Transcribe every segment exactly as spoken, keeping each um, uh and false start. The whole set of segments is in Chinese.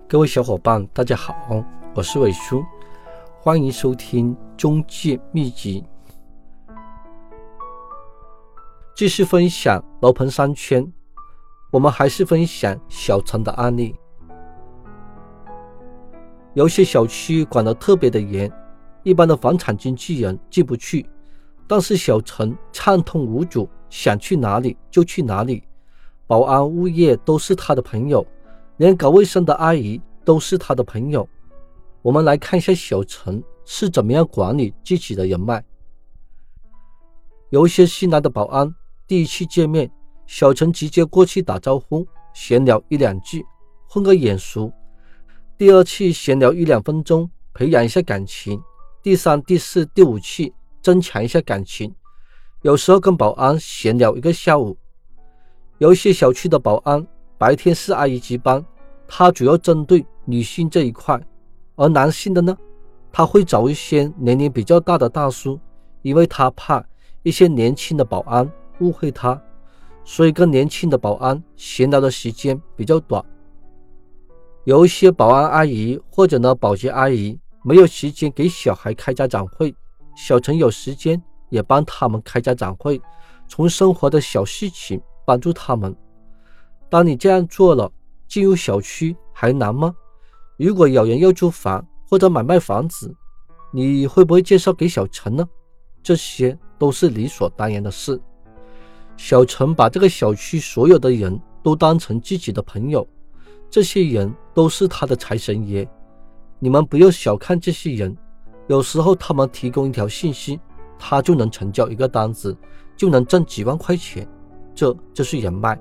各位小伙伴大家好，我是伟叔，欢迎收听中介秘籍。继续分享楼盘商圈，我们还是分享小陈的案例。有些小区管得特别的严，一般的房产经纪人进不去，但是小陈畅通无阻，想去哪里就去哪里，保安物业都是他的朋友，连搞卫生的阿姨都是他的朋友。我们来看一下小陈是怎么样管理自己的人脉。有一些新来的保安，第一次见面，小陈直接过去打招呼，闲聊一两句，混个眼熟。第二次闲聊一两分钟，培养一下感情。第三、第四、第五次增强一下感情。有时候跟保安闲聊一个下午。有一些小区的保安白天是阿姨值班，他主要针对女性这一块，而男性的呢，他会找一些年龄比较大的大叔，因为他怕一些年轻的保安误会他，所以跟年轻的保安闲聊的时间比较短。有一些保安阿姨或者呢保洁阿姨没有时间给小孩开家长会，小陈有时间也帮他们开家长会，从生活的小事情帮助他们。当你这样做了，进入小区还难吗？如果有人要租房或者买卖房子，你会不会介绍给小陈呢？这些都是理所当然的事。小陈把这个小区所有的人都当成自己的朋友，这些人都是他的财神爷。你们不要小看这些人，有时候他们提供一条信息，他就能成交一个单子，就能挣几万块钱，这就是人脉。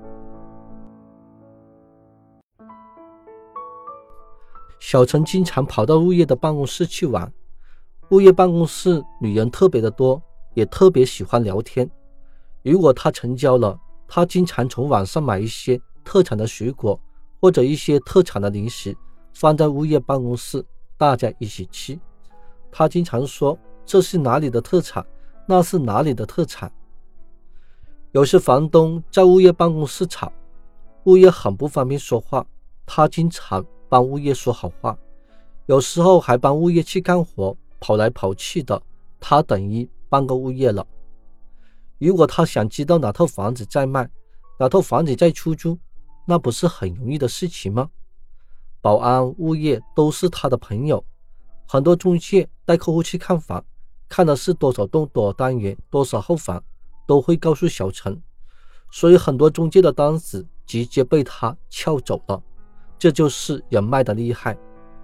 小陈经常跑到物业的办公室去玩，物业办公室女人特别的多，也特别喜欢聊天。如果他成交了，他经常从网上买一些特产的水果或者一些特产的零食，放在物业办公室，大家一起吃。他经常说这是哪里的特产，那是哪里的特产。有些房东在物业办公室吵，物业很不方便说话，他经常帮物业说好话，有时候还帮物业去干活，跑来跑去的，他等于帮个物业了。如果他想知道哪套房子在卖，哪套房子在出租，那不是很容易的事情吗？保安物业都是他的朋友，很多中介带客户去看房，看的是多少栋多少单元多少号房，都会告诉小陈，所以很多中介的单子直接被他撬走了，这就是人脉的厉害。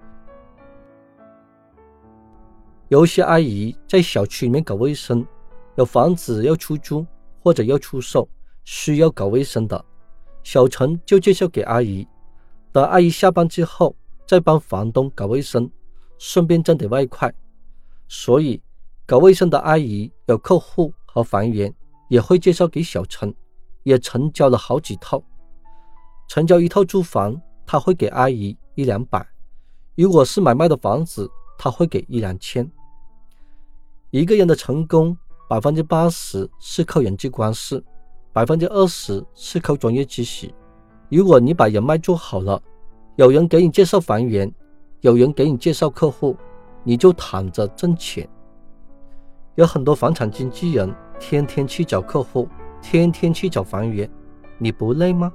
有一些阿姨在小区里面搞卫生，有房子要出租或者要出售，需要搞卫生的，小陈就介绍给阿姨，等阿姨下班之后再帮房东搞卫生，顺便挣点外快。所以搞卫生的阿姨有客户和房源，也会介绍给小陈，也成交了好几套。成交一套租房他会给阿姨一两百，如果是买卖的房子他会给一两千。一个人的成功 百分之八十 是靠人际关系， 百分之二十 是靠专业知识。如果你把人脉做好了，有人给你介绍房源，有人给你介绍客户，你就躺着挣钱。有很多房产经纪人天天去找客户，天天去找房源，你不累吗？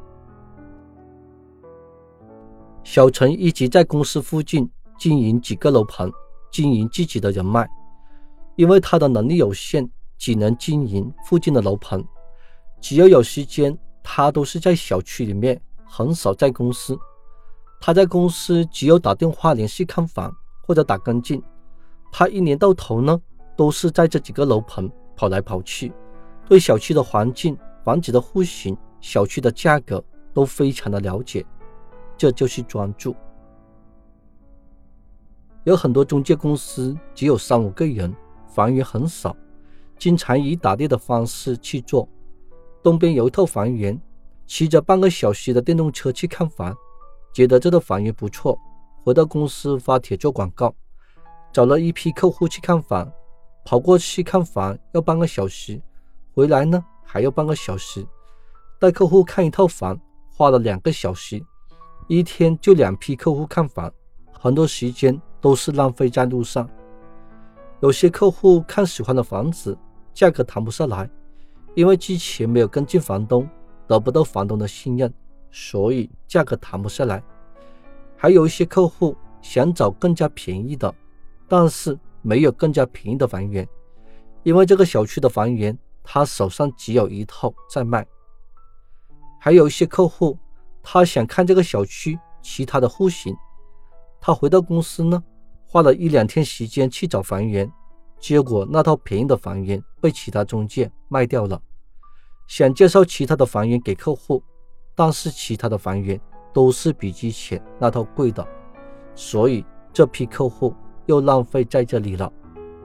小陈一直在公司附近经营几个楼盘，经营自己的人脉。因为他的能力有限，只能经营附近的楼盘，只要有时间他都是在小区里面，很少在公司。他在公司只有打电话联系看房或者打跟进，他一年到头呢都是在这几个楼盘跑来跑去，对小区的环境、房子的户型、小区的价格都非常的了解，这就是专注。有很多中介公司只有三五个人，房源很少，经常以打猎的方式去做。东边有一套房源，骑着半个小时的电动车去看房，觉得这套房源不错，回到公司发帖做广告，找了一批客户去看房，跑过去看房要半个小时，回来呢还要半个小时，带客户看一套房花了两个小时， 一天就两批客户看房，很多时间都是浪费在路上。有些客户看喜欢的房子，价格谈不下来，因为之前没有跟进房东，得不到房东的信任，所以价格谈不下来。还有一些客户想找更加便宜的，但是没有更加便宜的房源，因为这个小区的房源他手上只有一套在卖。还有一些客户他想看这个小区其他的户型，他回到公司呢，花了一两天时间去找房源，结果那套便宜的房源被其他中介卖掉了，想介绍其他的房源给客户，但是其他的房源都是比之前那套贵的，所以这批客户又浪费在这里了。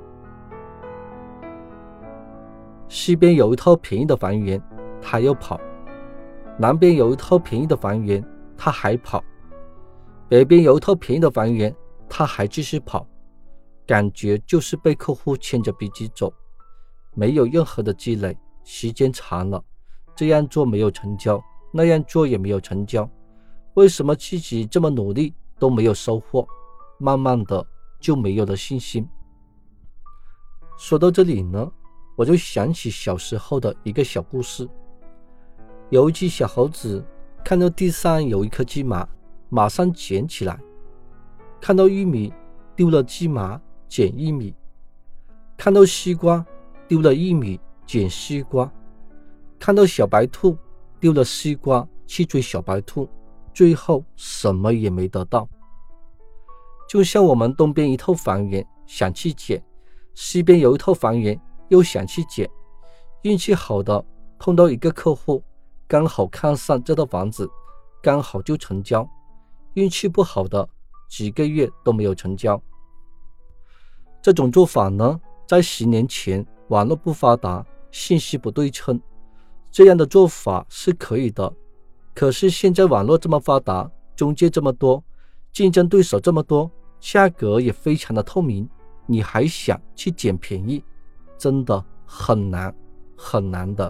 西边有一套便宜的房源，他又跑；南边有一套便宜的房源，他还跑；北边有一套便宜的房源，他还继续跑，感觉就是被客户牵着鼻子走，没有任何的积累，时间长了，这样做没有成交，那样做也没有成交，为什么自己这么努力都没有收获？慢慢的就没有了信心。说到这里呢，我就想起小时候的一个小故事。有一只小猴子看到地上有一颗芝麻，马上捡起来；看到玉米，丢了芝麻捡玉米；看到西瓜，丢了玉米捡西瓜；看到小白兔，丢了西瓜去追小白兔，最后什么也没得到。就像我们东边一套房源想去捡，西边有一套房源又想去捡，运气好的碰到一个客户刚好看上这套房子，刚好就成交，运气不好的几个月都没有成交。这种做法呢，在十年前网络不发达，信息不对称，这样的做法是可以的。可是现在网络这么发达，中介这么多，竞争对手这么多，价格也非常的透明，你还想去捡便宜，真的很难很难的。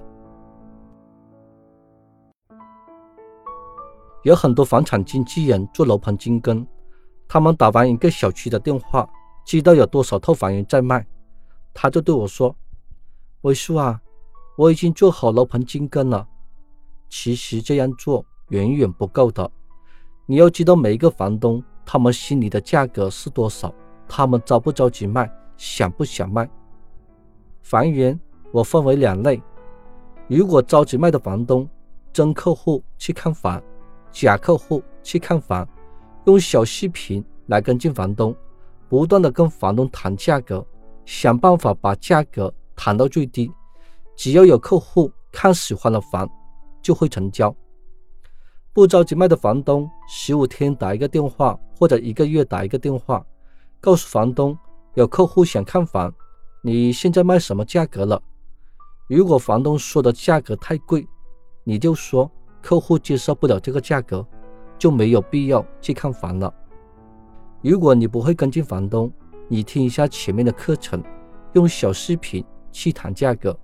有很多房产经纪人做楼盘精耕，他们打完一个小区的电话，知道有多少套房源在卖，他就对我说：伟叔啊，我已经做好楼盘精耕了。其实这样做远远不够的，你要知道每一个房东他们心里的价格是多少，他们着不着急卖，想不想卖。房源我分为两类，如果着急卖的房东，真客户去看房，假客户去看房，用小视频来跟进房东，不断的跟房东谈价格，想办法把价格谈到最低，只要有客户看喜欢的房就会成交。不着急卖的房东，十五天打一个电话，或者一个月打一个电话，告诉房东有客户想看房，你现在卖什么价格了？如果房东说的价格太贵，你就说客户接受不了这个价格，就没有必要去看房了。如果你不会跟进房东，你听一下前面的课程，用小视频去谈价格。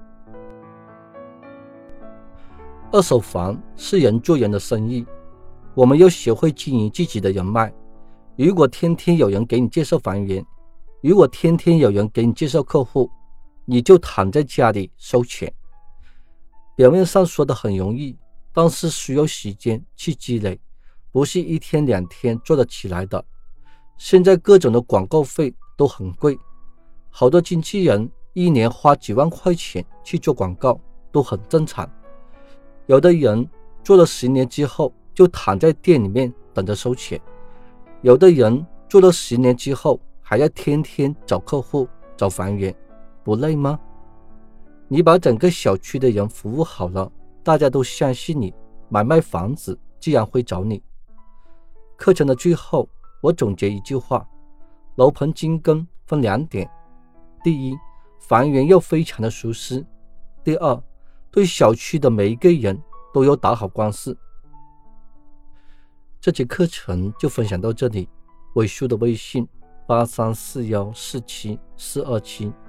二手房是人做人的生意，我们要学会经营自己的人脉。如果天天有人给你介绍房源，如果天天有人给你介绍客户，你就躺在家里收钱。表面上说的很容易，但是需要时间去积累，不是一天两天做得起来的。现在各种的广告费都很贵，好多经纪人一年花几万块钱去做广告都很正常。有的人做了十年之后就躺在店里面等着收钱，有的人做了十年之后还要天天找客户找房源，不累吗？你把整个小区的人服务好了，大家都相信你，买卖房子自然会找你。课程的最后，我总结一句话：楼盘精耕分两点，第一，房源要非常的熟悉；第二，对小区的每一个人都要打好关系。这节课程就分享到这里，伟叔的微信八三四一四七四二七。